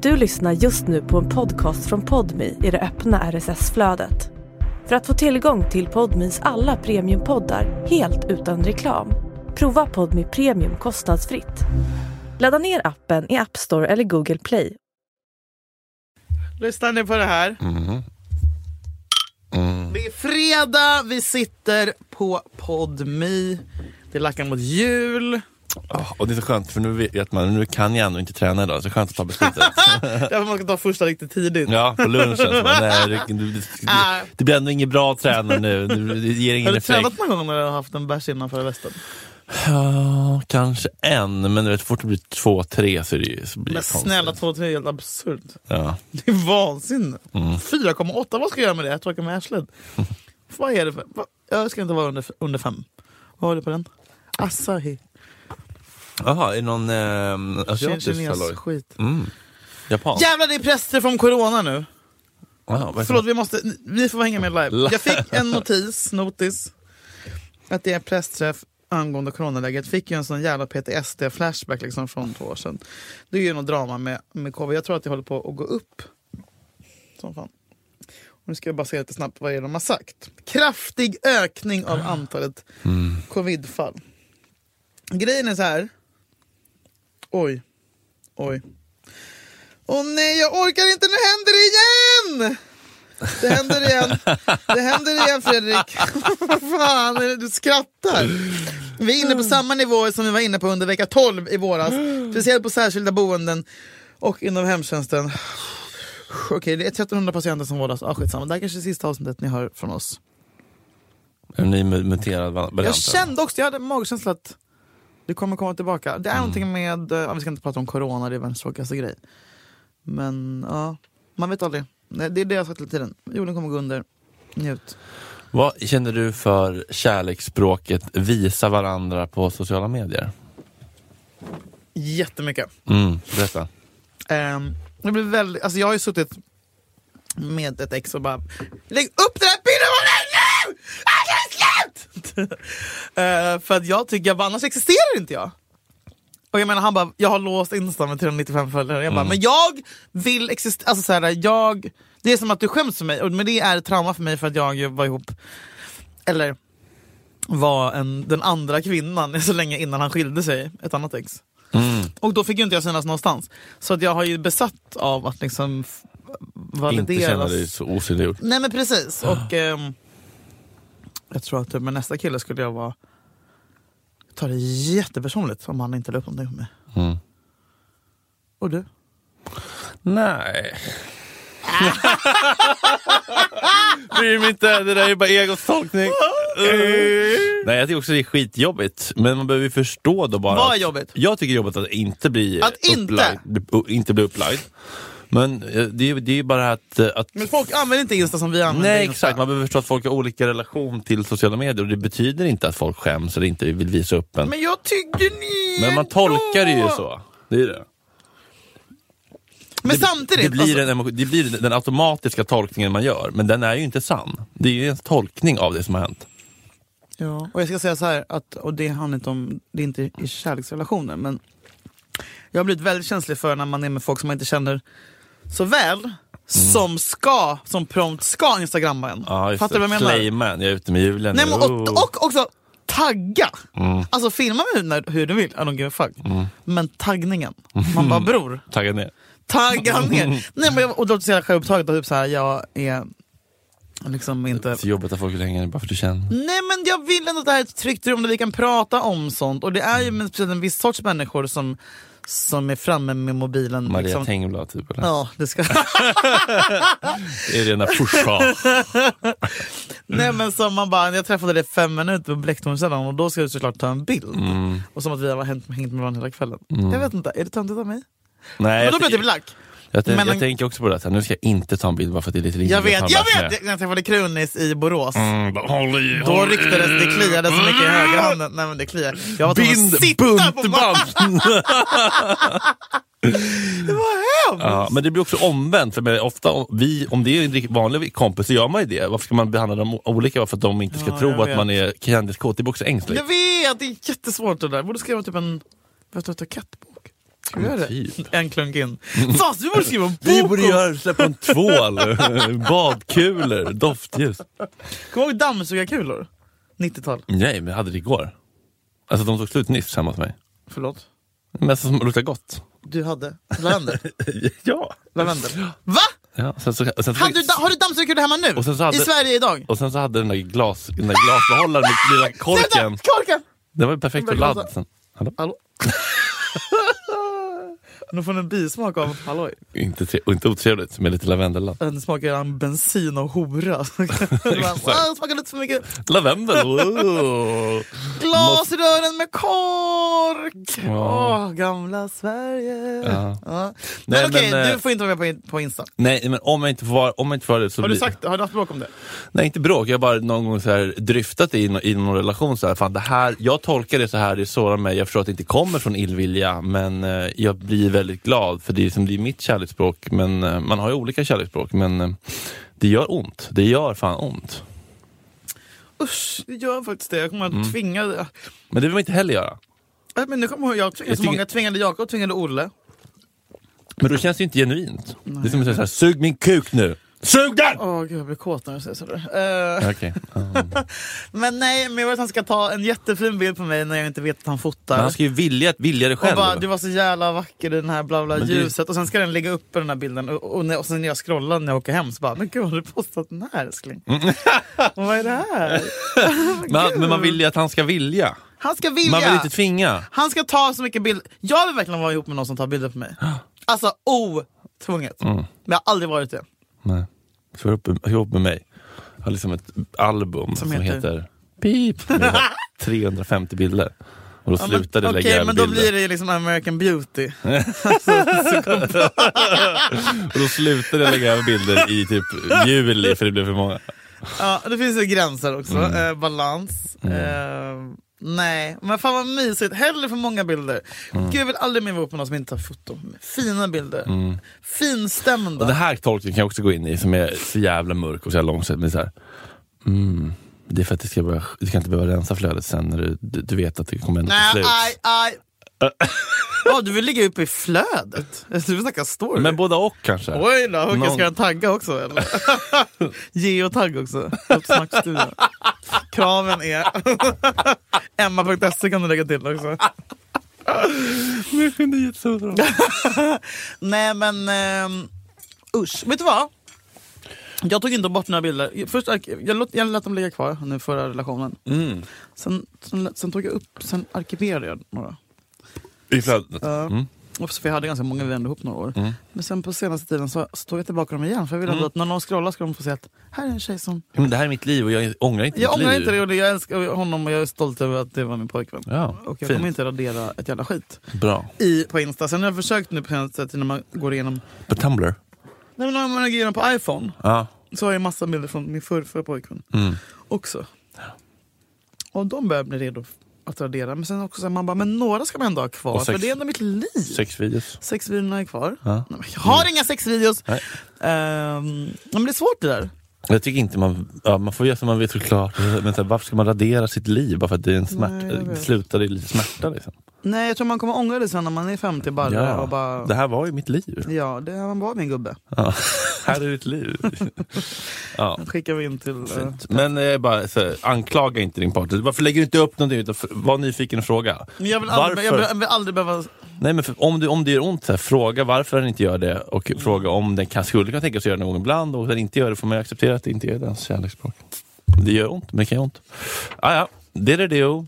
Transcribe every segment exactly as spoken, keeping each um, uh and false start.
Du lyssnar just nu på en podcast från Podmi i det öppna R S S-flödet. För att få tillgång till Podmis alla premiumpoddar helt utan reklam, prova Podmi Premium kostnadsfritt. Ladda ner appen i App Store eller Google Play. Lyssnar ni på det här? Mm. Mm. Det är fredag, vi sitter på Podmi. Det lackar mot jul. Oh, och det är så skönt, för nu vet man, nu kan jag ändå inte träna idag, så skönt att ta beslutet. Därför man ska ta första riktigt tidigt. Ja, på lunchen. Så man, nej, det, det, det, det blir ändå ingen bra träning nu. Det, det ger ingen har du effekt. tränat någon gång när du har haft en bärs innanför västen? Ja, kanske en, men vet, fort det blir två, tre så, är det ju, så blir det konstigt. Snälla, två, tre är helt absurt. Ja. Det är vansinne. Mm. fyra komma åtta, vad ska jag göra med det? Jag torkar med arslet. Vad är det för? Jag ska inte vara under, under fem. Vad har du på den? Asahi. Jaha, är det någon eh, asiatisk halloj? Skit. Mm. Japan. Jävlar, det är pressträff om corona nu. Aha, Förlåt, vi måste, vi får hänga med live. Jag fick en notis, notis att det är pressträff angående coronaläget. Fick ju en sån jävla P T S D-flashback liksom från två år sedan. Det är ju något drama med, med covid. Jag tror att det håller på att gå upp. Som fan. Och nu ska jag bara se lite snabbt vad det är de har sagt. Kraftig ökning av antalet mm. covidfall. Grejen är så här. Oj. Oj. Åh nej, jag orkar inte, nu händer det igen! Det händer igen. Det händer igen, Fredrik. Vad fan är det du skrattar? Vi är inne på samma nivåer som vi var inne på under vecka tolv i våras. Speciellt på särskilda boenden och inom hemtjänsten. Okej, okay, det är trettonhundra patienter som vårdas. Ah, skitsamma. Det här kanske är sista avsnittet ni hör från oss. Är ni muterad variant? Jag kände också, jag hade magkänsla att det kommer komma tillbaka. Det är mm. någonting med, ja, vi ska inte prata om corona, det är världens tråkigaste grej. Men ja, man vet aldrig. Det är det jag har sagt hela tiden. Jorden kommer gå under. Njut. Vad känner du för kärleksspråket visa varandra på sociala medier? Jättemycket. Mm, berätta. Um, det blir väldigt, alltså jag har ju suttit med ett ex och bara lägg upp den här bilden på den nu! Slut! uh, för att jag tycker, jag bara, annars existerar inte jag. Och jag menar, han bara, jag har låst Insta med trehundranittiofem följare. Jag bara, mm. men jag vill existera, alltså såhär, jag, det är som att du skäms för mig. Och, men det är ett trauma för mig för att jag var ihop, eller var en, den andra kvinnan så länge innan han skilde sig, ett annat ex. Mm. Och då fick ju inte jag synas någonstans. Så att jag har ju besatt av att liksom valideras. Inte känna dig så osynliggjord. Nej men precis. Och ähm, jag tror att med nästa kille skulle jag vara, ta det jättepersonligt om han inte la upp någonting för mig. Mm. Och du? Nej. Bryr mig inte, det där är bara egostolkning. Nej, jag tycker också det är skitjobbigt. Men man behöver ju förstå då bara. Vad är jobbigt? Jag tycker det är jobbigt att inte bli Att inte? upplagd, inte bli upplagd. Men det är, det är bara att, att... Men folk använder inte Insta som vi använder. Nej, Insta. exakt. Man behöver förstå att folk har olika relation till sociala medier. Och det betyder inte att folk skäms eller inte vill visa upp en. Men jag tycker ni... Men man tolkar det ju så. Det är det. Men det, samtidigt... Det blir, alltså... en, det blir den automatiska tolkningen man gör. Men den är ju inte sann. Det är ju en tolkning av det som har hänt. Ja, och jag ska säga så här, att, och det handlar inte om, det är inte i kärleksrelationer, men jag har blivit väldigt känslig för när man är med folk som man inte känner så väl, mm. som ska, som prompt ska instagramma en. Ja, fattar du vad jag menar? Playman, jag är ute med julen. Nej, men, och, och också tagga. Mm. Alltså filma med när, hur du vill, I don't give a fuck. Mm. Men taggningen, man bara bror. Tagga ner. Tagga ner. Nej, men jag, och då säger jag självupptaget och typ så här, jag är liksom inte... Det är jobbigt att folk ringer bara för du känner. Nej, men jag vill ändå att det här är ett tryggt rum där vi kan prata om sånt. Och det är ju mm. en viss sorts människor som, som är framme med mobilen. Maria liksom. Tengblad typ, eller? Ja, det ska... Det är rena pusha. Nej, men som man bara, jag träffade dig fem minuter på Blecktornsällan och då ska du såklart ta en bild. Mm. Och som att vi har hängt, hängt med varandra hela kvällen. Mm. Jag vet inte, är det töntigt av mig? Nej, men då blir det black. Jag, t- men, jag tänker också på det, nu ska jag inte ta en bild bara för att det är lite ringt. Jag vet, jag vet! När jag träffade Krunis i Borås, mm, håll i, håll då ryktades det, kliade så mycket i högra handen. Nej, men det kliar. Jag var tvungen att sitta på band. Det var hemskt. Ja, men det blir också omvänt. För ofta, vi, om det är en vanlig kompis så gör man ju det. Varför ska man behandla dem olika för att de inte ska ja, tro att man är kändiskåt? Det blir också ängsligt. Jag vet, det är jättesvårt det där. Borde skriva typ en, vet du, kattbok. Ska vi göra det? Typ. En klunk in. Fast vi borde skriva en bok. Vi borde göra släppa en tvål. Badkulor, doftljus. Kommer du ihåg dammsugarkulor? nittiotal. Nej, men jag hade det igår. Alltså de tog slut nyss hemma hos mig. Förlåt. Men alltså, som luktar gott. Du hade lavendel. Ja. Lavendel. Va? Ja, sen så, sen så, Hade du, har du dammsugarkulor hemma nu? Och sen så hade- I Sverige idag? och sen så hade den där, glas, den där glasbehållaren med lilla korken. Sluta! Korken! Det var ju perfekt för ladd sen. Hallå? Hallå? Nu får en bismak av halloj. Inte, tre, och inte otrevligt med lite lavendelladd. Den smakar en bensin och hora. Wow, smakar lite för mycket. Lavendel! Wow. Glasrören med kork. Åh, Ja. gamla Sverige. Ja. Ja. Nej, Men okej, men, eh, du får inte vara med på, på Insta. Nej, men om jag inte får vara, om jag inte får vara det så Har du blir- sagt, har du haft bråk om det? Nej, inte bråk. Jag har bara någon gång så här dryftat det i, no- i någon relation så här, fan det här, jag tolkar det så här, det sårar mig. Jag förstår att det inte kommer från illvilja, men eh, jag blir väldigt glad för det är som det är mitt kärleksspråk, men eh, man har ju olika kärleksspråk, men eh, det gör ont. Det gör fan ont. Usch, det gör faktiskt det. Jag kommer att Mm. tvinga... Men det vill man inte heller göra. Äh, Men nu kommer jag, jag tvingade Jag så tycker- många. Tvingade Jakob, tvingade Olle. Men då känns det ju inte genuint. Det är som att säga så här, sug min kuk nu. Sug den! Åh gud, jag blir kåt när jag säger sådär. Uh, Okej. Um. men nej, men jag vill att han ska ta en jättefin bild på mig när jag inte vet att han fotar. Men han ska ju vilja, vilja det och själv. bara, du var så jävla vacker i den här bla bla Men det- ljuset. Och sen ska den lägga upp på den här bilden. Och, och, när, och sen när jag scrollar när jag åker hem så bara, men gud, har du postat den här älskling? Och vad är det här? men, han- men man vill ju att han ska vilja. Han ska vilja. Man vill inte tvinga. Han ska ta så mycket bilder. Jag vill verkligen vara ihop med någon som tar bilder på mig. Alltså otvunget. Mm. Men jag har aldrig varit det. Nej. Så ihop, ihop med mig. Jag har liksom ett album som, Som heter, heter- Pip med trehundrafemtio bilder. Och då Ja, slutar det men, lägga okej, över men då bilder. blir det ju liksom American Beauty. Och då slutar det lägga över bilder i typ juli för det blev för många. Ja, det finns ju gränser också. Mm. Eh, balans. Eh, nej, men fan vad mysigt. Hellre för många bilder. Mm. Gud, jag vill aldrig mer vara på någon som inte tar foto. Fina bilder. Mm. Finstämda. Och det här tolkningen kan jag också gå in i som är så jävla mörk och så jävla långsamt. Men så här, mm, det är för att det ska börja, du kan inte behöva rensa flödet sen när du, du, du vet att det kommer ändå till Nej, slut. aj, aj. Ja, du vill ligga uppe i flödet. Du vill snacka story. Men båda och kanske. Oj då, okay, Någon- ska jag tagga också eller? Geotagg också. Uppsnackstudio. Kraven är Emma punkt se kan du lägga till också. Men kunde ge så bra. Nej men um, usch, vet du vad? Jag tog inte bort några bilder. Först ark- jag, låt, jag lät dem ligga kvar nu förra relationen. Mm. Sen, sen, sen tog jag upp, sen arkiverade jag några. I flödet. Ja. Mm. Och för jag hade ganska många, vi var ändå ihop några år. Mm. Men sen på senaste tiden så, så tog jag tillbaka dem igen. För jag ville Mm. att när någon scrollar ska de få se att här är en tjej som... Men det här är mitt liv och jag ångrar inte Jag mitt ångrar liv. inte det och jag älskar honom och jag är stolt över att det var min pojkvän. Ja, Och jag fint. kommer inte radera ett jävla skit Bra. i, på Insta. Sen har jag försökt nu på senaste sätt när man går igenom... På Tumblr? Nej, men när man går igenom på iPhone Ja. så har jag massa bilder från min förra, förra pojkvän Mm. också. Och de börjar bli redo att radera. Men sen också så här, man bara, men några ska man ändå ha kvar. Och sex- för det är ändå mitt liv. Sex videos. Sex videorna är kvar. Ja. Nej, men jag har inga sexvideos. Nej. Um, men det är svårt det där. Jag tycker inte man, ja, man får göra som man vet såklart. Men så här, varför ska man radera sitt liv? Bara för att det är en smärta. Nej, jag vet. Det slutar i lite smärta liksom. Nej, jag tror man kommer ångra det sen när man är femtio bara Ja, och bara... det här var ju mitt liv. Ja, det har man var min gubbe. Ja. Här är ditt liv. Ja. Det skickar vi in till... Uh, Fint. Men eh, bara, så här, anklaga inte din partner. Varför lägger du inte upp någonting? Utan f- var nyfiken och fråga. men jag vill aldrig, jag Varför? vill, jag vill aldrig behöva... Nej, men för, om, du, om det gör ont, så här, fråga varför den inte gör det. Och fråga om den kan, skulle kunna tänka sig göra det någon gång ibland. Och om den inte gör det får man acceptera att det inte är dens kärleksspråk. Det gör ont, men det kan göra ont. Ah, ja, det är det ju.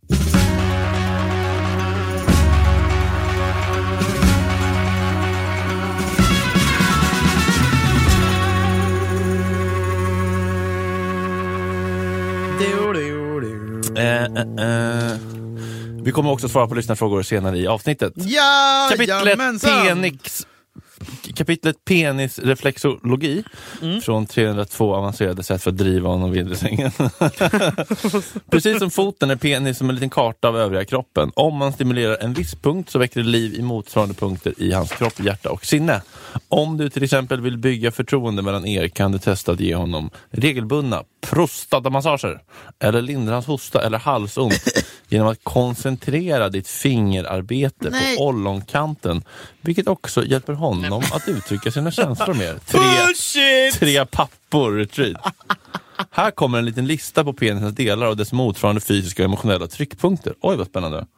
Eh, eh, eh. Vi kommer också svara på lyssnarfrågor senare i avsnittet. Ja, Kapitlet, jamensan. penix, kapitlet penisreflexologi Mm. från trehundratvå avancerade sätt för att driva honom vid i sängen. Precis som foten är penis som en liten karta av övriga kroppen. Om man stimulerar en viss punkt så väcker det liv i motsvarande punkter i hans kropp, hjärta och sinne. Om du till exempel vill bygga förtroende mellan er kan du testa att ge honom regelbundna prostatamassager eller lindra hans hosta eller halsont genom att koncentrera ditt fingerarbete Nej. på ollonkanten, vilket också hjälper honom att uttrycka sina känslor mer. Tre, Bullshit! tre pappor retreat. Här kommer en liten lista på penisens delar och dess motsvarande fysiska och emotionella tryckpunkter. Oj, vad spännande.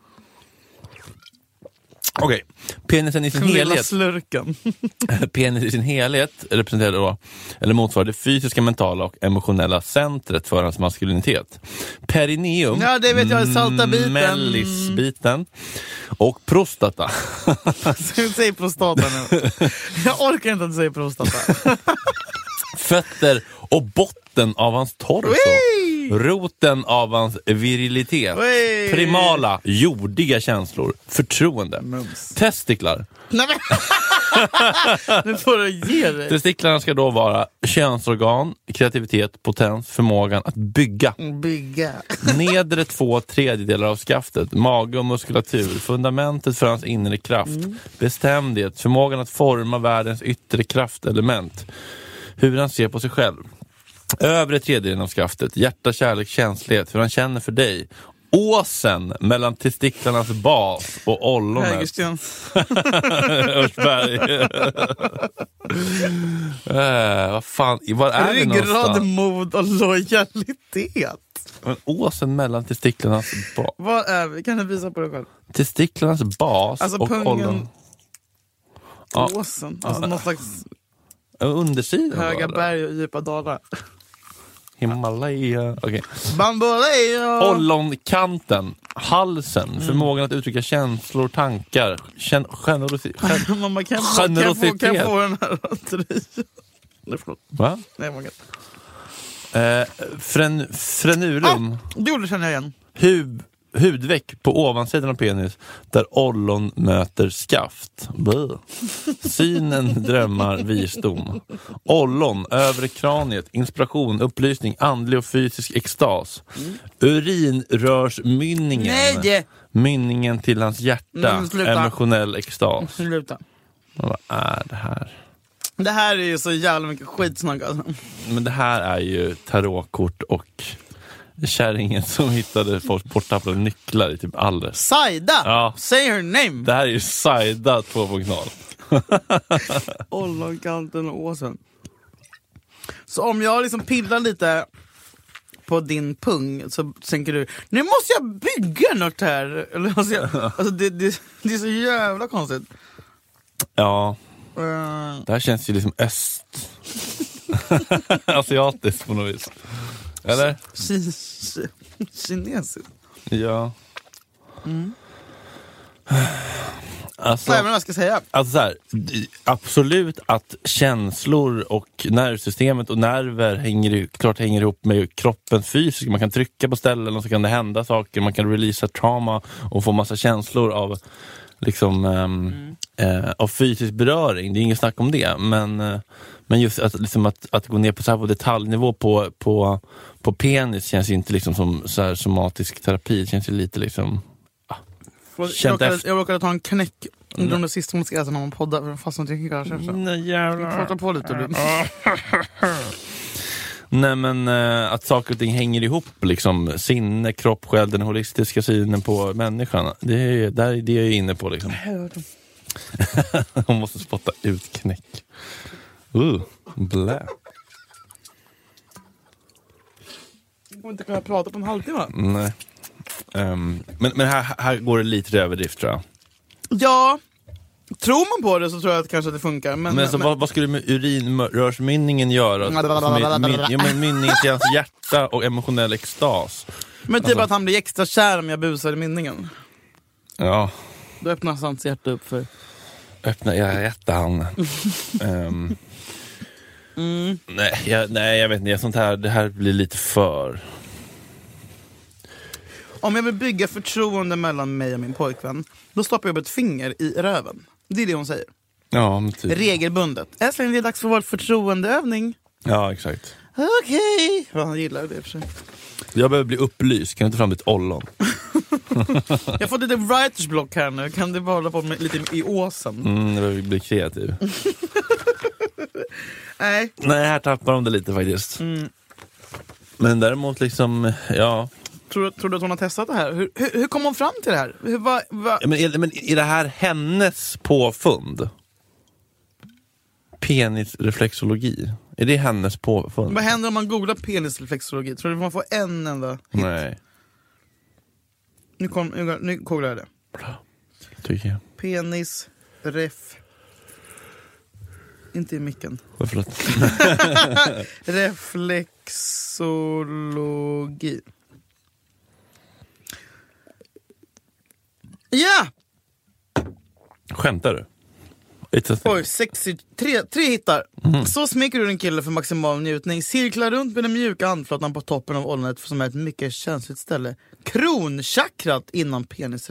Okej, okay. Penisen i sin Lilla helhet. slurken. Penis i sin helhet representerar då, eller motsvarar det fysiska, mentala och emotionella centret för hans maskulinitet. Perineum, Ja, det vet jag, salta biten. mellisbiten och prostata. Säg prostata nu. Jag orkar inte att säga prostata. Fötter och botten av hans torso. Wee! Roten av hans virilitet. Wee! Primala, jordiga känslor. Förtroende. Mums. Testiklar. Nej, men... Nu får du ge dig. Testiklarna ska då vara könsorgan, kreativitet, potens, förmågan att bygga. Bygga. Nedre två tredjedelar av skaftet, mage och muskulatur, fundamentet för hans inre kraft, mm. bestämdhet, förmågan att forma världens yttre kraftelement, hur han ser på sig själv. Övre tredjedelen av skaftet, hjärta, kärlek, känslighet, hur han känner för dig. Åsen mellan testiklarnas bas och ollonet. Hägersten. Örsberg. äh, vad fan, var är det någonstans? Ryggrad, mod och lojalitet. Men åsen mellan testiklarnas bas. Vad är vi? Kan du visa på det själv? Testiklarnas bas alltså, och ollon. Ja. Åsen. Alltså någon slags undersidan. höga berg och djupa dalar. Himalaya. Okej. Okay. Bamboleo. Ollonkanten, halsen, mm. förmågan att uttrycka känslor, tankar, kän- generosi- gen- Mamma, kan generositet. Kan jag få den här tröjan? Nej, förlåt. Va? Nej, man kan. Eh, fren- frenulum. Ah, det gjorde känner jag igen. Hud, hudväck på ovansidan av penis där ollon möter skaft. Bäh. Synen, drömmar, visdom. Ollon, övre kraniet, inspiration, upplysning, andlig och fysisk extas. Mm. Urinrörsmynningen. Nej! Mynningen till hans hjärta. Mm, emotionell extas. Sluta. Vad är det här? Det här är ju så jävla mycket skitsnack alltså. Men det här är ju tarotkort och kärringen som hittade folk borttappade nycklar i typ alla. Saida! Ja. Say her name! Det här är ju Saida två punkt noll. Ollonkanten och åsen. Så om jag liksom pillar lite på din pung så tänker du, nu måste jag bygga något här. Eller, alltså, jag, alltså det, det, det är så jävla konstigt. Ja. Uh. Det här känns ju liksom öst. Asiatiskt på något vis. Eller? Kinesiskt. Ja. Mm. Alltså, Nej, men vad ska jag säga? Alltså så här, absolut att känslor och nervsystemet och nerver hänger, ihop, klart hänger ihop med kroppen fysiskt. Man kan trycka på ställen och så kan det hända saker. Man kan releasa trauma och få massa känslor av liksom um, mm. eh, av fysisk beröring. Det är inget snack om det. Men, eh, men just att, liksom att, att gå ner på, så här på detaljnivå på, på, på penis känns inte liksom som så här somatisk terapi. Det känns ju lite liksom ah, jag, råkade, jag råkade ta en knäck under mm. det sista man ska äta när man poddar fast man tycker kanske. Nej jävlar. Prata på lite du. Nej men äh, att saker och ting hänger ihop liksom, sinne, kropp, själ, den holistiska synen på människan. Det är där det jag är inne på liksom. Hon måste spotta ut knäck. Uh, blä. Jag kommer inte kunna prata på en halvtimme. Nej. Um, men men här, här går det lite till överdrift tror jag. Ja. Tror man på det så tror jag att kanske det funkar. Men, men, så, men... Vad, vad skulle med urinrörsmynningen göra? Med, min, ja, men mynningen till hans hjärta och emotionell extas. Men typ alltså, att han blir extra kär om jag busar i mynningen. Ja. Då öppnas hans hjärta upp för... Öppna jag hjärta han. um, mm. nej, jag, nej, jag vet inte. Sånt här, det här blir lite för... Om jag vill bygga förtroende mellan mig och min pojkvän, då stoppar jag upp ett finger i röven. Det är det hon säger. Ja, men typ. Regelbundet. Älskling, det är dags för vår förtroendeövning. Ja, exakt. Okej. Okay. Han gillar det för sig. Jag behöver bli upplyst. Kan du ta fram ditt ollon? Jag får lite writers block här nu. Kan du bara hålla på med lite i åsen? Mm, jag behöver bli kreativ. Nej. Nej, här tappar de det lite faktiskt. Mm. Men däremot liksom, ja... Tror, tror du att hon har testat det här? Hur, hur, hur kom hon fram till det här? Hur, va, va? Ja, men, är, men är det här hennes påfund? Penisreflexologi. Är det hennes påfund? Vad händer om man googlar penisreflexologi? Tror du att man får en enda hit? Nej. Nu, kom, nu, nu googlar jag det. Tycker jag. Penisref... Inte i micken. Vad förlåt? Reflexologi. Ja! Skämtar du? Oj, sexy. Tre, tre hittar. Mm. Så smeker du en kille för maximal njutning. Cirklar runt med den mjuka handflatan på toppen av ollonet som är ett mycket känsligt ställe. Kronchakrat innan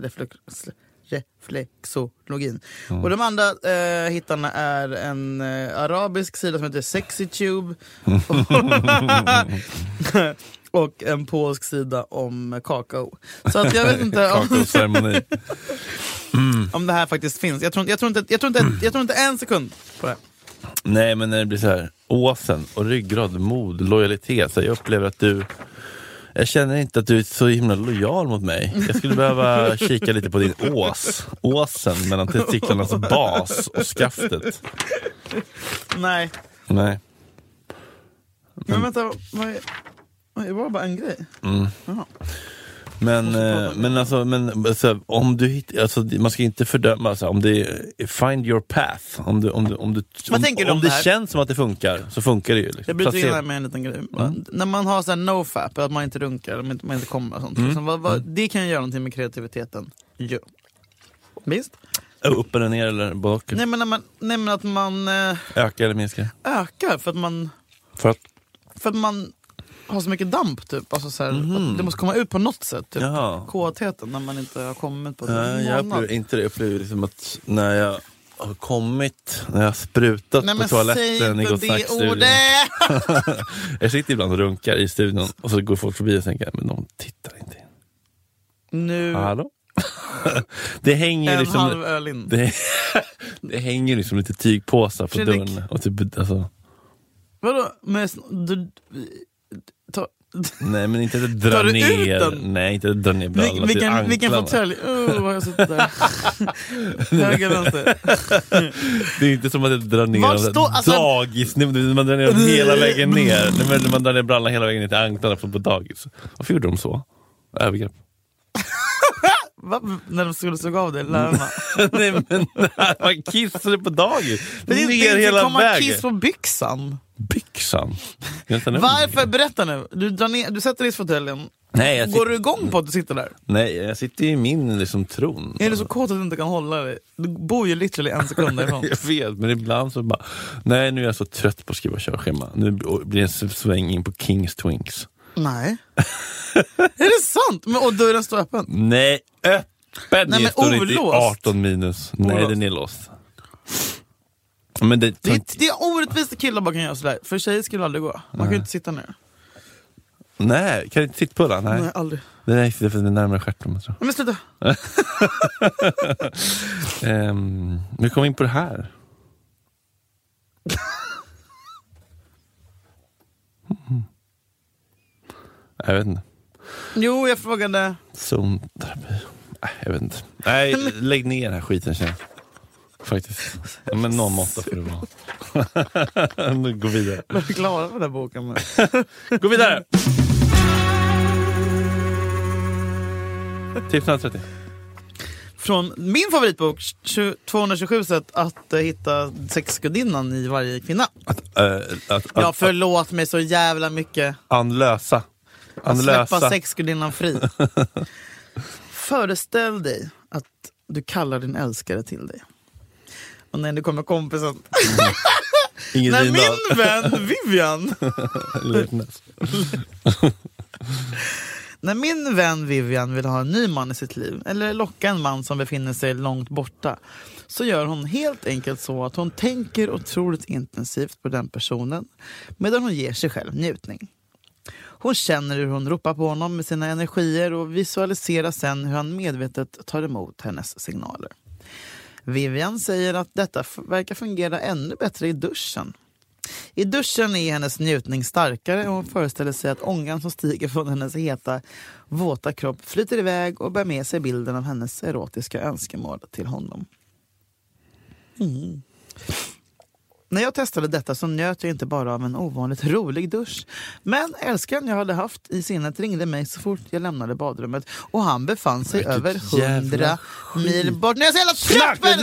penisreflexologin. Mm. Och de andra eh, hittarna är en eh, arabisk sida som heter SexyTube. Och en polsk sida om kakao. Så att jag vet inte om... Kakaoceremoni. Mm. Om det här faktiskt finns. Jag tror, jag, tror inte, jag, tror inte, jag tror inte en sekund på det. Nej, men när det blir så här åsen och ryggrad, mod, lojalitet. Så jag upplever att du... Jag känner inte att du är så himla lojal mot mig. Jag skulle behöva kika lite på din ås. Åsen mellan testiklarnas bas och skaftet. Nej. Nej. Men vänta, vad är... Det var bara en grej. Mm. Men, eh, men alltså, men alltså, om du hit, alltså, man ska inte fördöma alltså, om det är find your path. Om du, om du, om du, Vad om, tänker du om om det det här? känns som att det funkar, så funkar det ju. Liksom. Jag bryter in här med en liten grej. Mm. När man har så här no-fap, att man inte runkar, eller man inte kommer och sånt. Mm. Så vad, vad, det kan ju göra någonting med kreativiteten. Jo. Visst? Upp eller ner eller bak? Nej, men, när man, nej, men att man eh, Öka eller minska? ökar för att man... För att? För att man har så mycket damp typ. Alltså så här, Mm. det måste komma ut på något sätt. Typ. Jaha. Kåtheten när man inte har kommit på Ja, det. jag upplever inte det. Jag upplever liksom att när jag har kommit, när jag har sprutat nej, på toaletten i Gott Snack-studion. Jag sitter ibland och runkar i studion och så går folk förbi och tänker, men de tittar inte in. Nu... Hallå? Det hänger en liksom... halv öl in. Det, det hänger liksom lite tygpåsar på Fredrik. dörren. Och typ, alltså... Vadå? Men, du, ta, Nej, men inte att dra tar du ner. ut den? Nej, inte att dra ner brallan. Vilken, vilken fåtölj? Oh, vad jag sitter där. Höger, vänster. Det är inte som att det drar ner Var stå, alltså, dagis. Man drar ner dem hela vägen ner. Nej, man drar ner brallan hela vägen ner till anklarna på, på dagis. Varför gjorde de så? Övergrepp. Va? När de skulle såga av det, lärarna. Nej, men man kissade på dagis. Det är ner inte hela komma vägen. kiss på byxan. Byxan? Varför? Berätta nu. Du, drar ner, du sätter dig i fåtöljen. Nej, jag Går sitter... du igång på att du sitter där? Nej, jag sitter i min liksom, tron. Är du så kåt att du inte kan hålla dig? Du bor ju literally en sekund därifrån. Jag vet, men ibland så bara... Nej, nu är jag så trött på att skriva körschema. Nu blir det en sväng in på Kings Twinks. Nej. Är det sant? Men, och dörren står öppen? Nej, öppen! Nej, men det står inte i olåst. arton minus. Nej, Olåst. den är låst. Men det, Det är, det är orättvist att killar bara kan göra sådär. För tjejer skulle aldrig gå. Man Nej. kan ju inte sitta ner. Nej, kan du inte sitta på den? Nej, Nej, aldrig. det är för det är närmare stjärten. Nej, men sluta. um, vi kom in på det här. Mm. Jag vet inte. Jo, jag frågade. Zonterapi. Nej, jag vet inte. Nej, lägg ner den här skiten, känner jag. Faktiskt. Ja, men någon måtta för det vara. Nu gå vidare. Jag är klara för den här boken. Men. Gå vidare! Tips noll trettio. Från min favoritbok, tvåhundratjugosju sätt att uh, hitta sexgudinnan i varje kvinna. Att, äh, att, att, Ja, förlåt mig så jävla mycket. Anlösa. Att släppa Anlösa. sexgudinnan fri. Föreställ dig att du kallar din älskare till dig. Och när det kommer kompisen. Ingen när Lindahl. min vän Vivian. När min vän Vivian vill ha en ny man i sitt liv, eller locka en man som befinner sig långt borta, så gör hon helt enkelt så att hon tänker otroligt intensivt på den personen medan hon ger sig själv njutning. Hon känner hur hon ropar på honom med sina energier och visualiserar sen hur han medvetet tar emot hennes signaler. Vivian säger att detta f- verkar fungera ännu bättre i duschen. I duschen är hennes njutning starkare och hon föreställer sig att ångan som stiger från hennes heta, våta kropp flyter iväg och bär med sig bilden av hennes erotiska önskemål till honom. Mm. När jag testade detta så njöt jag inte bara av en ovanligt rolig dusch. Men älskaren jag hade haft i sinnet ringde mig så fort jag lämnade badrummet. Och han befann sig Vilket över hundra mil bort. Nu är jag så jävla trött på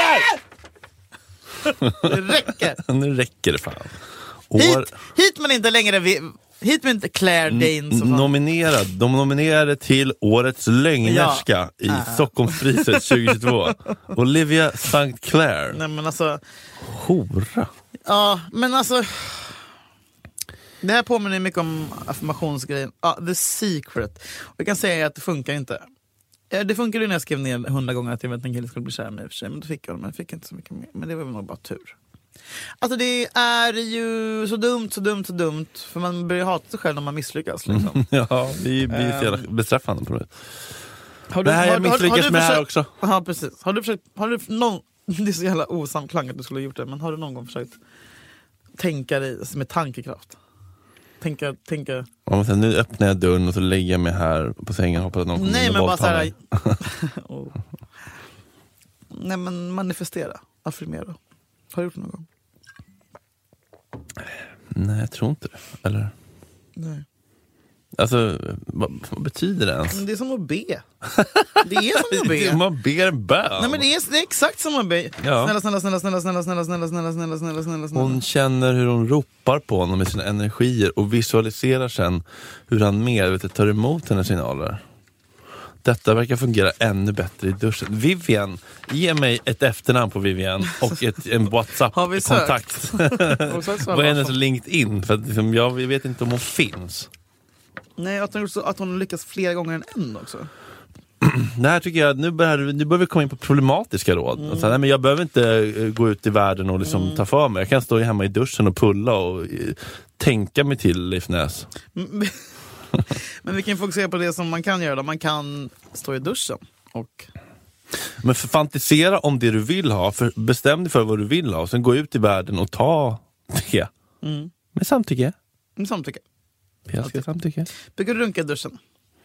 det! Det räcker! Nu räcker det fan. År... Hit, hit men inte längre... Vi... Hit men inte Claire Danes. N- nominerad. De nominerade till Årets lögnerska ja. i äh. Stockholmspriset tjugohundratjugotvå. Olivia Saint Clair. Nej men alltså... Hora. Ja, men alltså... Det här påminner mycket om affirmationsgrejen. Ja, The Secret. Och jag kan säga att det funkar inte. Det funkar ju när jag skrev ner hundra gånger att jag vet att en kille skulle bli kär med i och för sig. Men då fick jag, men jag fick inte så mycket mer. Men det var nog bara tur. Alltså det är ju så dumt, så dumt, så dumt. För man börjar hata sig själv när man misslyckas liksom. Ja, det blir så jävla bestraffande på det. Har du, det här har, jag misslyckas har, har med försökt, här också. Ja, precis. Har du försökt, har du någon, det är så jävla osamklang att du skulle ha gjort det. Men har du någon gång försökt tänka dig med tankekraft? Tänka, tänka... Ja, men sen, nu öppnar jag dörren och så lägger jag mig här på sängen och hoppas att någon kommer Nej, in och men bara så här... oh. Nej, men manifestera. Affirmera. Har du gjort det någon gång? Nej, jag tror inte det. Eller? Nej. Alltså, vad, vad betyder det ens? Det är som att be. Det är som att be. Man ber en bön. Nej, men det är, det är exakt som att be. Ja. Snälla, snälla, snälla, snälla, snälla, snälla, snälla, snälla, snälla, snälla, snälla, snälla. Hon känner hur hon ropar på honom med sina energier och visualiserar sen hur han medvetet tar emot hennes signaler. Detta verkar fungera ännu bättre i duschen. Vivian, ge mig ett efternamn på Vivian och ett, en WhatsApp-kontakt. Vad är hennes LinkedIn? För att, liksom, jag vet inte om hon finns. Nej, att hon, att hon lyckas flera gånger än en också. Det här tycker jag, nu börjar, nu börjar vi komma in på problematiska råd. Mm. Alltså, nej, men jag behöver inte gå ut i världen och liksom mm. ta för mig. Jag kan stå hemma i duschen och pulla och uh, tänka mig till Leif Näs. Mm. Men vi kan fokusera på det som man kan göra. Man kan stå i duschen och... Men för fantisera om det du vill ha. För bestäm dig för vad du vill ha. Och sen gå ut i världen och ta det. Mm. Med samtycke. Med samtycke. Jag ska samtycke. Brukar du runka i duschen?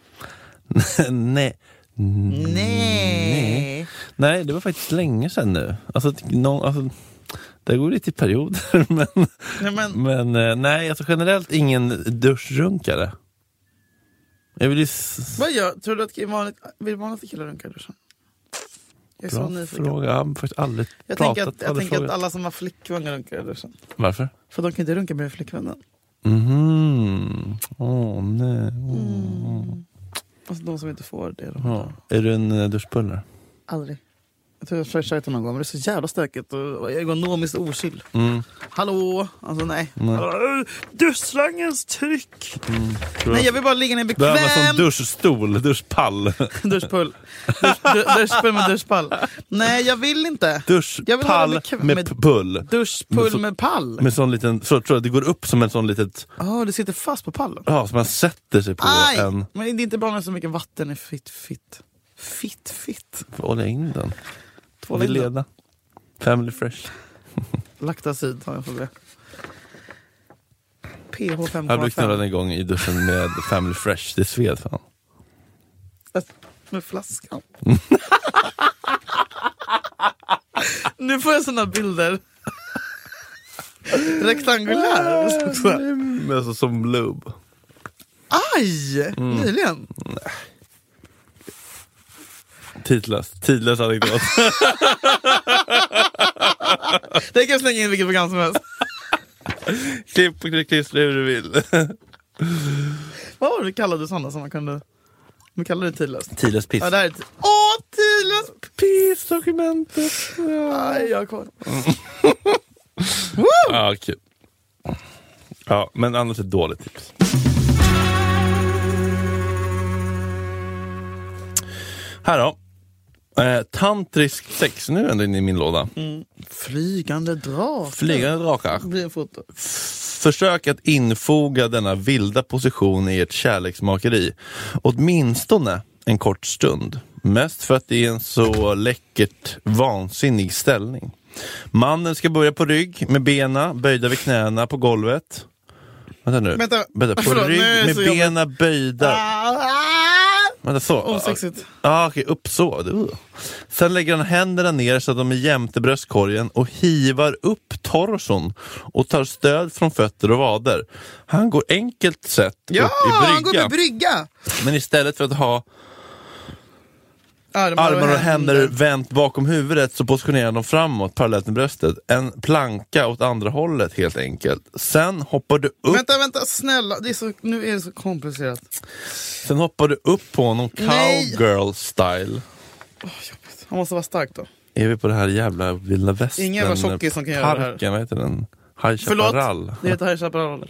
Nej. Nej. Nej. Nej, det var faktiskt länge sedan nu. Alltså, no, alltså det går lite i perioder. men, nej, men... men nej, alltså generellt ingen duschrunkare. Jag vill ju... Vad gör? Tror du att vanligt, vill vanligt killar runka i duschen? Jag är Bra så nyfiken. Fråga. Jag har faktiskt aldrig jag pratat. Tänker att, jag aldrig tänker att alla som har flickvänner runkar i duschen. Varför? För de kan inte runka med flickvännen. Mhm. Åh, oh, nej. Oh. Mm. Alltså de som inte får det. Oh. Är du en uh, duschpullare? Aldrig. Jag tror jag har försökt någon gång, men det är så jävla stökigt och ergonomiskt oskill. Mm. Hallå? Alltså nej. nej. Duschslangens tryck. Mm. Nej, jag vill bara ligga ner bekväm. Det var som duschstol, duschpall. Duschpull. Dusch, du, duschpull med duschpall. Nej, jag vill inte. Duschpall med, med pull. Duschpull med, så, med pall. Med sån liten, så tror jag det går upp som en sån litet... Ja, oh, det sitter fast på pallen. Ja, så man sätter sig på Aj, en... Men det är inte bra när så mycket vatten är fitt, fitt. Fitt, fitt. Får olja in den. Två vill leda. Family Fresh. Laktacid har jag för det. P H fem komma fem. Jag blev knullad en gång i duschen med Family Fresh. Det sved fan. Med flaskan. Nu får jag såna bilder. Rektangulär. Ah, men alltså som lube. Aj! Mm. Nyligen. Nej. Tidlöst. Tidlöst anekdot. Det kan jag slänga in vilket program som helst. Klipp och klipp hur du vill. Vad var det du kallade Sanna som man kunde... Man kallade det tidlöst. Tidlöst piss. Ja, det här är t- Åh, tidlöst pissdokumentet. Ja. Aj, jag har kvar. Ja, kul. Ja, men annars ett dåligt tips. Här då. Eh, tantrisk sex. Nu är ändå inne i min låda. Mm. Flygande drakar. Flygande drakar. Blir en foto. Försök att infoga denna vilda position i ert kärleksmakeri. Åtminstone en kort stund. Mest för att det är en så läckert vansinnig ställning. Mannen ska börja på rygg med bena böjda vid knäna på golvet. Vänta nu. Vänta. Vänta. På Förlåt, rygg med så bena jobbigt. böjda. Vänta så. Osexigt. Ja, okej, upp så. Uh. Sen lägger han händerna ner så att de är jämte bröstkorgen och hivar upp torson och tar stöd från fötter och vader. Han går enkelt sett Ja, upp i brygga. han går upp i brygga. Men istället för att ha Armar, armar och händer, händer vänt bakom huvudet så positionerar de framåt parallellt med bröstet. En planka åt andra hållet helt enkelt. Sen hoppar du upp. Vänta, vänta, snälla. Det är så, nu är det så komplicerat. Sen hoppar du upp på honom cowgirl style. Oh, jobbigt. Han måste vara stark då. Är vi på det här jävla vilda västern? Ingen var tjockis som kan göra det här. Parken, vad heter den? High Förlåt, Chaparral. det heter High Chaparral.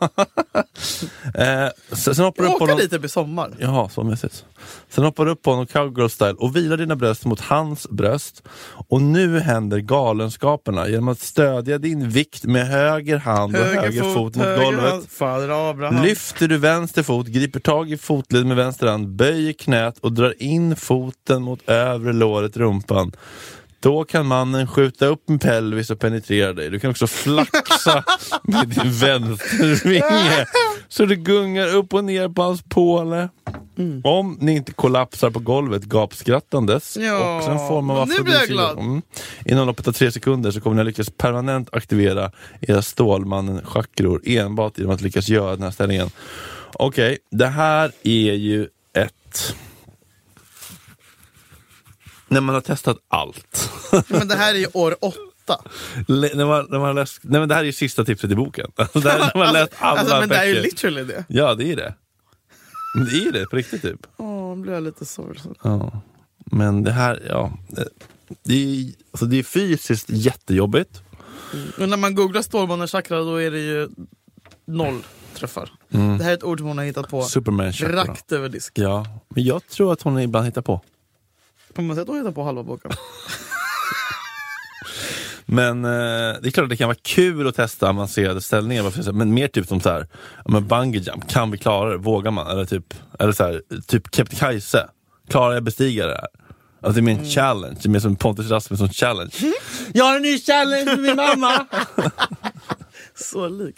eh, sen, sen hoppar du upp på Åka honom. lite i sommar. Jaha, så mässigt. Sen hoppar du upp på honom cowgirl style och vilar dina bröst mot hans bröst. Och nu händer galenskaperna genom att stödja din vikt med höger hand och höger, höger fot, fot mot höger golvet. hand, Fader Abraham. Lyfter du vänster fot, griper tag i fotled med vänster hand, böjer knät och drar in foten mot övre låret, rumpan. Då kan mannen skjuta upp en pelvis och penetrera dig. Du kan också flaxa med din vänstervinge så du gungar upp och ner på hans påle. Mm. Om ni inte kollapsar på golvet gapskrattandes. Ja, och sen får man nu blir jag glad. Mm. Inom loppet av tre sekunder så kommer ni lyckas permanent aktivera era Stålmannen-chakror enbart genom att lyckas göra den här ställningen. Okej, okay, det här är ju ett... När man har testat allt. Men det här är ju år åtta. Le, när man, när man läst, nej men det här är ju sista tipset i boken. Alltså, det här, när man läst alla alltså, men det är ju böcker. literally det. Ja, det är det. Men det är det, på riktigt typ. Åh, nu blir jag lite sorgsen. Ja. Men det här, ja. Det är, alltså, det är fysiskt jättejobbigt. Mm. Och när man googlar Stålmannen chakra då är det ju noll träffar. Mm. Det här är ett ord som hon har hittat på. Superman chakra. Rakt över disk. Ja, men jag tror att hon ibland hittar på. På något sätt hon hittar på halva boken. Men eh, det är klart att det kan vara kul att testa avancerade ställningar, men mer typ som så här, men bungee jump, kan vi klara det? Vågar man? Eller typ, eller så här, typ Kebnekaise, klarar jag bestiga det här? Alltså det är mer en mm. challenge, det är mer som Pontus Rasmus som challenge. Mm. Jag har en ny challenge med min mamma! Så lik.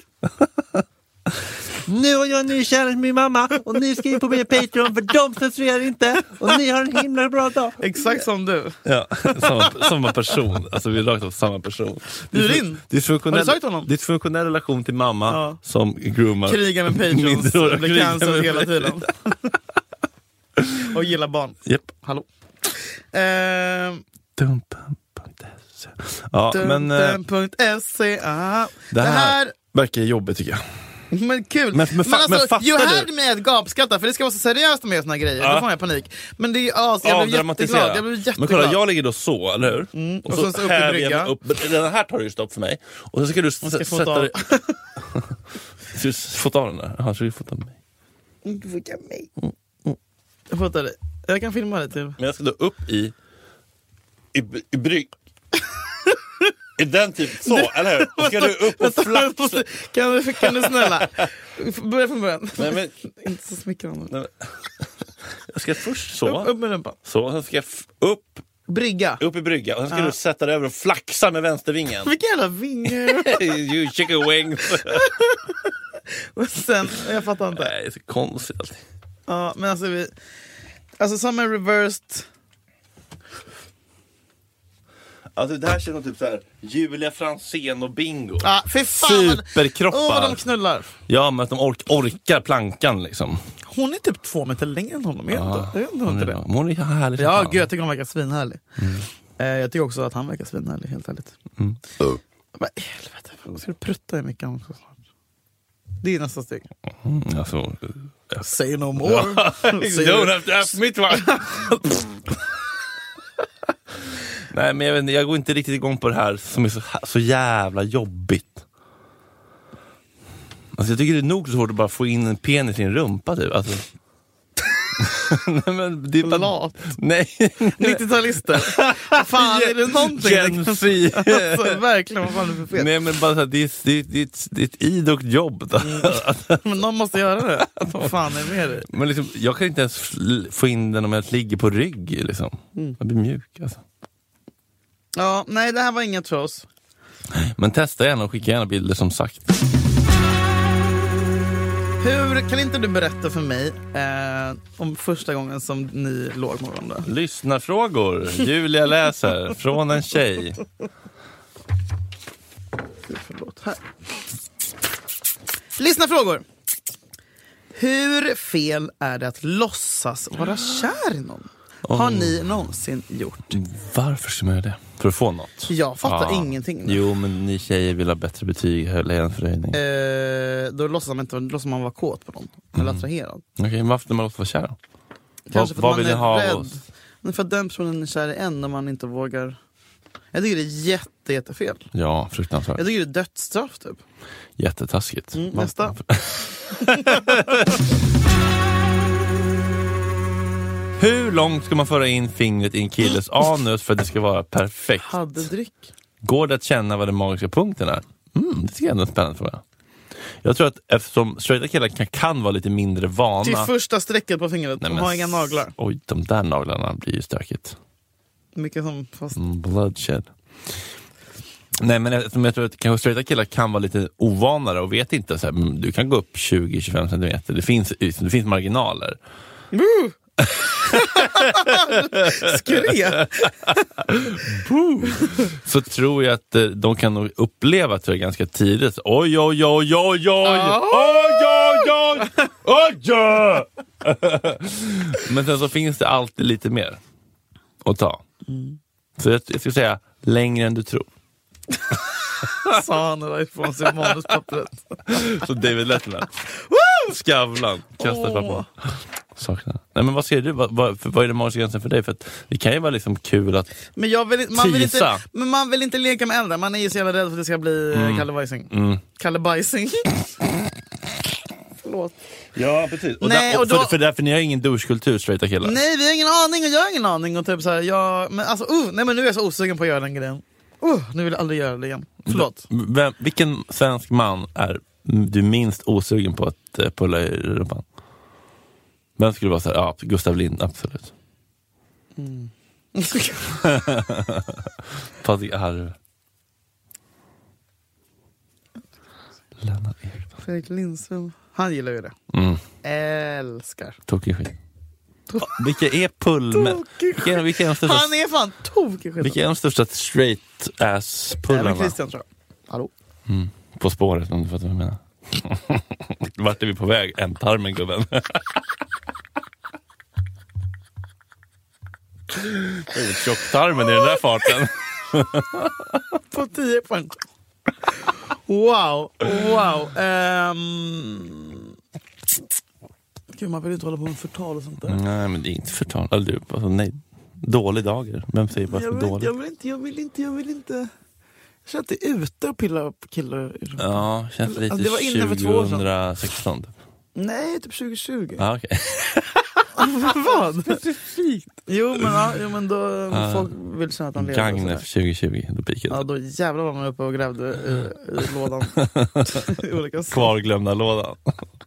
Nu har jag en ny challenge med min mamma och ni skriver på min Patreon för de censurerar inte och ni har en himla bra dag. Exakt som du. Ja, samma, samma person. Alltså vi är rakt av samma person. Du är din. Dysfunktionell, har du sagt honom? Dysfunktionell relation till mamma ja. Som groomar. Krigar med Patreons, blir cancelled hela tiden. Och gillar barn. Japp. Hallå. Ehm... Dumpen.se Ja, men... Dumpen.se ah. Det här, det här verkar jobbigt tycker jag. Men kul. Men, men, men alltså, men you had me ett gapskratta för det ska vara så seriöst med såna här grejer. Ja. Då får jag panik. Men det är alltså, jag blev jätteglad. Jag blev jätteglad. Men kolla, jag ligger då så, eller hur? Mm. Och, och så, så, så här upp i brygga. Upp, den här tar ju stopp för mig. Och så ska du ska s- sätta dig... Ska du fota av den där? Jaha, så du fota mig. Du fotar mig. Mm. Mm. Jag fotar dig. Jag kan filma det till. Men jag ska då upp i... I, i brygg... I den typ så, du, eller hur? Och ska du upp och flaxa? Kan du, kan du snälla? Börja från början. Nej, men, inte så smickrande. Nej, men, jag ska först så. Upp, upp med rumpan. Så, sen ska jag f- upp. Brygga. Upp i brygga. Och sen ska ah. du sätta dig över och flaxa med vänstervingen. Vilka jävla vingar. You chicken wings. Och sen, jag fattar inte. Nej, det är så konstigt. Ja, men alltså vi... Alltså som en reversed... Alltså det här känns som typ så här Julia Franzén och bingo. Ah, för fan. Superkroppar. Åh, oh, vad de knullar. Ja, men att de ork- orkar plankan liksom. Hon är typ två meter längre än honom. Ja, jag vet inte, hon är, det. Hon är härlig. Ja, gud, jag tycker hon verkar svinhärlig. Mm. Eh, jag tycker också att han verkar svinhärlig, helt ärligt. Mm. Uh. Men helvete, vad ska du prutta i mycket också snart? Det är nästa steg. Mm, alltså, ja. Say no more. You don't have to ask me twice. Nej, men jag, vet inte, jag går inte riktigt igång på det här som är så, så jävla jobbigt. Alltså jag tycker det är nog så svårt att bara få in en penis i en rumpa typ. Alltså. Nej, men det är bara... Lat. Nej. nittio-talister. Fan, är det någonting? Gen Z. Alltså, verkligen, vad fan är det för fel? Nej, men bara så här, det, är, det, är, det, är ett, det är ett idogt jobb. Mm. Men någon måste göra det. Vad fan är det med det? Men liksom, jag kan inte ens få in den om jag ligger på rygg. Liksom. Mm. Jag blir mjuk alltså. Ja, nej, det här var inget för oss. Men testa gärna och skicka gärna bilder som sagt. Hur kan inte du berätta för mig eh, om första gången som ni låg med varandra? Lyssnarfrågor. Julia läser från en tjej. Förlåt, här. Lyssnarfrågor. Hur fel är det att låtsas vara kär i någon? Oh. Har ni någonsin gjort? Varför ska man göra det? För att få något? Jag fattar ja. ingenting. Nu. Jo, men ni tjejer vill ha bättre betyg eller en förhöjning. Eh, då låtsas man inte, då låtsas man vara kåt på någon. Eller Mm. attraherad. Okej, okay, varför man låter vara kär då? Kanske vad för vad att vill man ni är ha rädd. av oss? Men för att den personen är kär i en när man inte vågar. Jag tycker det är jätte, jättefel. Ja, fruktansvärt. Jag tycker det är dödsstraff typ. Jättetaskigt. Mm, nästa. Hur långt ska man föra in fingret i en killes anus för att det ska vara perfekt? Hade dryck. Går det att känna vad den magiska punkten är? Mm, det tycker jag är en spännande fråga. Jag tror att eftersom straighta killar kan, kan vara lite mindre vana. Till första strecket på fingret. Nej, De men, har inga naglar. Oj, de där naglarna blir ju stökigt. Mycket som fast... Mm, bloodshed. Nej, men eftersom jag tror att kanske straighta killar kan vara lite ovanare och vet inte så här, du kan gå upp tjugo till tjugofem centimeter. Det finns, det finns marginaler. Boo! Skrek. Så tror jag att eh, de kan nog uppleva tror jag, ganska tidigt. Oj, oj, oj, oj, oj, oj, oj, oj, oj, oj. Men sen så finns det alltid lite mer att ta. Mm. Så jag, jag ska säga längre än du tror. Sa han där ifrån sig manuspappret. Så David Letterman. Skavlan. Kastar fram på. Saknar. Nej, men vad ser du? Vad, vad, vad är det magiska gränsen för dig? För att det kan ju vara liksom kul att Men jag vill, man vill tisa. inte, men man vill inte leka med äldre. Man är ju så jävla rädd för att det ska bli mm. Kalle Bajsing. Mm. Kalle Bajsing. Förlåt. Ja, precis. Och, Nej, där, och, och då, för, för därför ni har ingen douchekultur, straighta killar. Nej, vi har ingen aning och jag har ingen aning. Och typ så här, jag, men alltså, uh, nej, men nu är jag så osugen på att göra den grejen. Uh, nu vill jag aldrig göra det igen. Förlåt. Vem, vilken svensk man är du minst osugen på att uh, pulla i rumpan? Vem skulle vara så här? Ja, Gustav Lind, absolut. Mm. Patrik Arv. Lennart Ekdal. Fredrik Lindström. Han gillar ju det. Mm. Älskar. Tokig skit. Vilka är pull med, vilka är, vilka är de största, han är fan tokig skit. Vilka är de största straight ass pullarna? Även Christian tror jag. Hallå? Mm. På spåret, om du fattar vad jag menar. Vart är vi på väg? Ändtarmen, gubben. Oh, tjocktarmen i den där farten. På tio poäng. Wow, wow. Um... Gud, man vill inte hålla på med förtal och sånt där. Nej, men det är inte förtal. Alltså, du, alltså, nej. Dålig dager. Vem säger bara jag för vill, dålig? jag vill inte, jag vill inte, jag vill inte. Jag känner att det är ute och pilla upp killar. Ja, känns lite det var inne för två år sedan. tjugohundrasexton. Typ. Nej, typ tjugo tjugo. Ja, okej. Vad? Specifikt. Jo, men, ja, jo, men då uh, folk vill känna att han lever. Gagnef tjugo tjugo, då pikade. Ja, då jävlar var man uppe och grävde i, i lådan. I olika Kvarglömda lådan.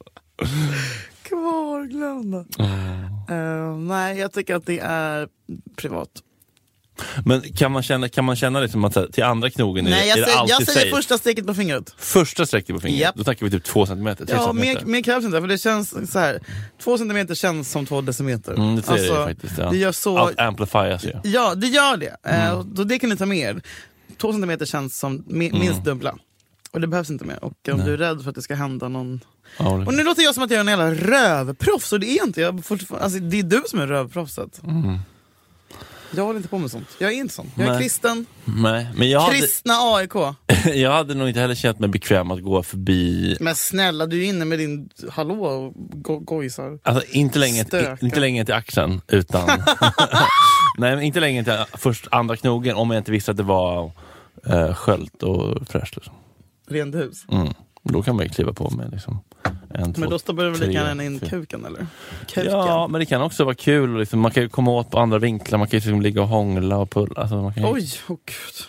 Kvarglömda. Mm. Uh, nej, jag tycker att det är privat. Men kan man känna, kan man känna liksom att så här, till andra knogen är, nej, jag är det säger, alltid jag säger safe? första strecket på fingret. Första strecket på fingret? Yep. Då tackar vi typ två centimeter. Ja, centimeter. mer, mer krävs inte, för det känns så här. Två centimeter känns som två decimeter. Mm, det säger alltså, det faktiskt. Ja. Det gör så... Allt amplifieras ju. Ja, det gör det. Mm. Uh, då det kan ni ta med er. Två centimeter känns som mi- minst Mm. dubbla. Och det behövs inte mer. Och om Nej. du är rädd för att det ska hända någon... Ja, det... Och nu låter jag som att jag är en jävla rövproffs. Och det är inte. Jag alltså, det är du som är rövproffset. Mm. Jag håller inte på med sånt. Jag är inte sån. Jag är Nej. kristen. Nej, men jag hade, Kristna A I K. jag hade nog inte heller känt mig bekväm att gå förbi. Men snälla, du är inne med din hallå och go- gojsar. Alltså inte längre, Stöka. inte längre till axeln, utan nej, men inte längre till först andra knogen, om jag inte visste att det var uh, skölt och fräscht liksom. Rent hus. Mm. Då kan man ju kliva på med liksom en, två, Men då stoppar du väl tre, lika gärna in fyra. kuken, eller? Kuken. Ja, men det kan också vara kul och liksom, man kan ju komma åt på andra vinklar, man kan ju liksom ligga och hångla och pulla, alltså, man kan ju... Oj, åh oh, gud.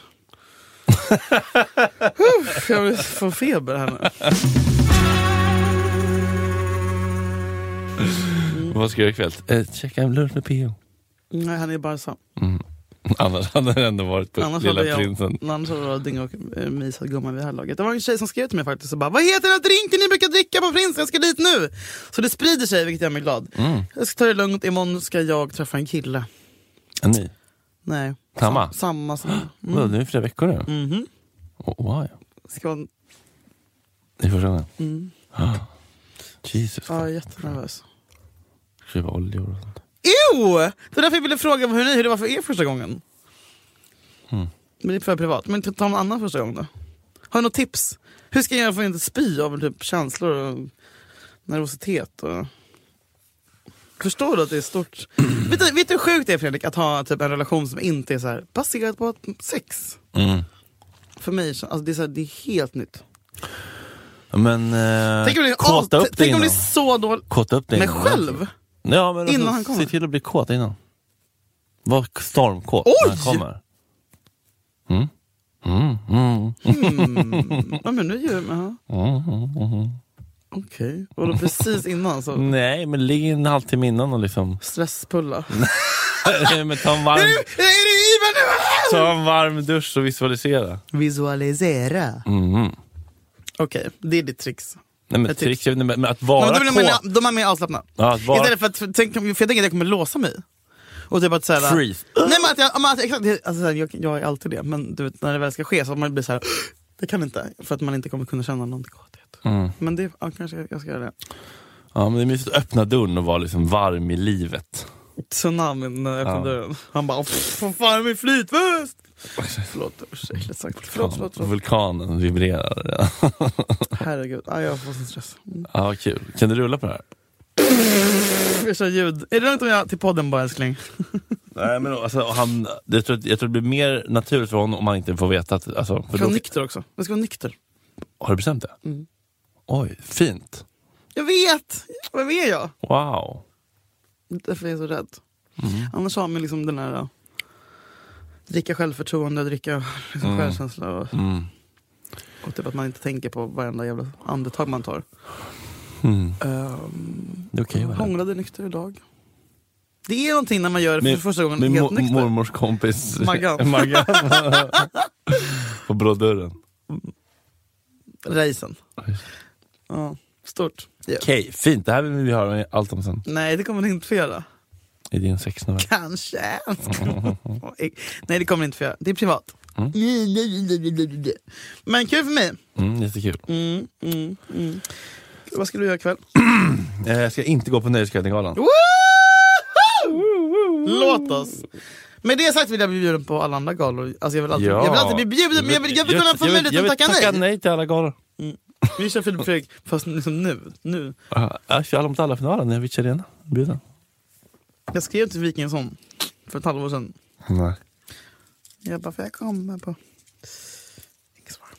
Uff, jag vill få feber här nu. Mm. Vad ska jag göra ikväll? Eh, checka en lunch med P O. Nej, han är bara så. Mm. Annars hade det ändå varit på Annars Lilla hade jag, prinsen. Annars hade jag dynga och äh, mysat gumman vid det här laget. Det var en tjej som skrev till mig faktiskt och bara, vad heter den här drinken ni brukar dricka på prinsen? Jag ska dit nu. Så det sprider sig, vilket gör mig glad. Mm. Jag ska ta det lugnt. Imorgon ska jag träffa en kille. En ny? Nej. Samma? Sam, samma som... Mm. Mm. Det är flera veckor nu. Mm-hmm. Oh, wow. Ska man... Det är första gången? Mm. Ah. Jesus. Ja, jag är jättenervös. Köpa oljor och sånt. Ew! Det var därför jag ville fråga hur, ni, hur det var för er första gången. Mm. Men det är för privat. Men ta någon annan första gången då. Har du något tips? Hur ska jag göra för att inte spy av typ känslor och nervositet? Och... Förstår du att det är stort? vet, du, vet du hur sjukt det är, Fredrik, att ha typ en relation som inte är så här baserad på sex? Mm. För mig, alltså, det, är så här, det är helt nytt. Men eh, Tänk om det är, kåta all, upp det tänk om innan. det är så dåligt. Kåta upp det Men innan. själv? Ja, men Innan alltså, han kommer. se till att bli kåt innan. Var stormkåt Oj! när han kommer. Mm. Mm, mm. Hmm. Ja, men nu gör jag... Mm, mm, mm. Okej, okay. Och då precis innan så... Nej, men ligg en halvtimme innan och liksom... Stresspulla. men ta en varm... Är du, är du i mig nu? Ta en varm dusch och visualisera. Visualisera. Mm. Okej, okay, det är ditt tricks. Nej, men Ett tricks, jag vet inte, men att vara men kåt... de, de är mer avslappnade. Ja, att vara... Istället för att, för, tänk, för jag tänker att jag kommer låsa mig. Och typ att såhär... Freeze. Nej men att jag, men att, exakt, alltså, såhär, jag, jag är alltid det. Men du vet, när det väl ska ske så man blir så här. Det kan inte, för att man inte kommer kunna känna någon kåthet. Mm. Men det, ja, kanske jag ska göra det. Ja, men det är mysigt att öppna dörren och vara liksom varm i livet. Tsunamin när jag öppnar Ja. dörren. Han bara, vad fan är min flytväst? Förlåt, ursäkligt sagt. Förlåt, förlåt, förlåt. Vulkanen vibrerar. Herregud, ja, jag får sån stress. Mm. Ja, kul. Kan du rulla på det här? Jag kör ljud. Är det lugnt om jag till podden bara, älskling? Nej, men alltså, han, jag, tror, jag tror det blir mer naturligt för honom om man inte får veta att... Alltså, Jag för ska då, vara nykter också. Jag ska vara nykter. har du bestämt det? Mm. Oj, fint. Jag vet! Vem är jag? Wow. Därför är jag så rädd. Mm. Annars har man liksom den här... uh, Dricka självförtroende, dricka liksom Mm. självkänsla och, Mm. och typ att man inte tänker på varenda jävla andetag man tar. Mm. Um, Det är okej, jag va? hånglade nykter idag. Det är någonting när man gör det för Med- första gången Min helt mo- nykter. mormors kompis Maggan. Maggan. På brådörren. Reisen. Ja, stort. Ja. Okej, fint. Det här vill vi höra allt om sen. Nej, det kommer ni inte få göra. I din sexnovell. Kanske. Nej, det kommer ni inte få göra. Det är privat. Mm. Men kul för mig. Mm, jättekul. Mm, mm, mm. Vad ska du göra ikväll? Eh, Jag ska inte gå på Nöjesguiden-galan. Låt oss. Med det sagt vill jag bli bjuden på alla andra galor. Alltså jag vill alltid, Ja. jag vill alltid bli bjuden, men jag vill, jag vill kunna få jag möjlighet jag att vill tacka tacka nej. nej till alla galor. Vi kör Filip Fredrik, fast liksom nu. nu. Ja, jag kör alla mot alla-finalen när jag Avicii Arena. Bjuden. Jag skrev till Wikingsson för ett halvår sedan. Nej. Jag bara, får jag komma på... Inget svar.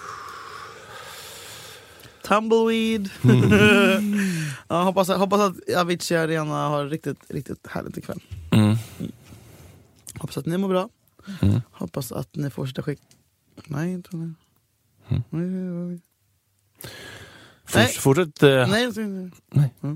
Tumbleweed. Ja, hoppas, hoppas att Avicii Arena har riktigt, riktigt härligt ikväll. Mm. Hoppas att ni mår bra. Mm. Hoppas att ni får sitta skick... Nej, inte nu. Mm. Nej, nej, nej. Fort, Nej. Fortsätt... Eh, Nej, jag tror inte. Nej. Mm.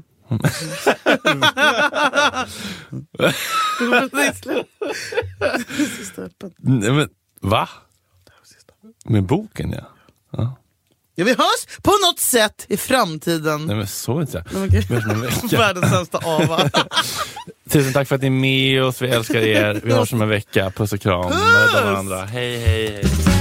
Det är slut. Sista öppen. nej, men va? Det här var sista. Med boken, ja. ja. Ja, vi hörs på något sätt i framtiden. Nej, men så inte. Nej, okej. Vi hörs om en vecka. Världens sämsta ava. Tusen tack för att ni är med oss. Vi älskar er. Vi hörs om en vecka. Puss och kram. Rädda varandra. Hej, hej, hej.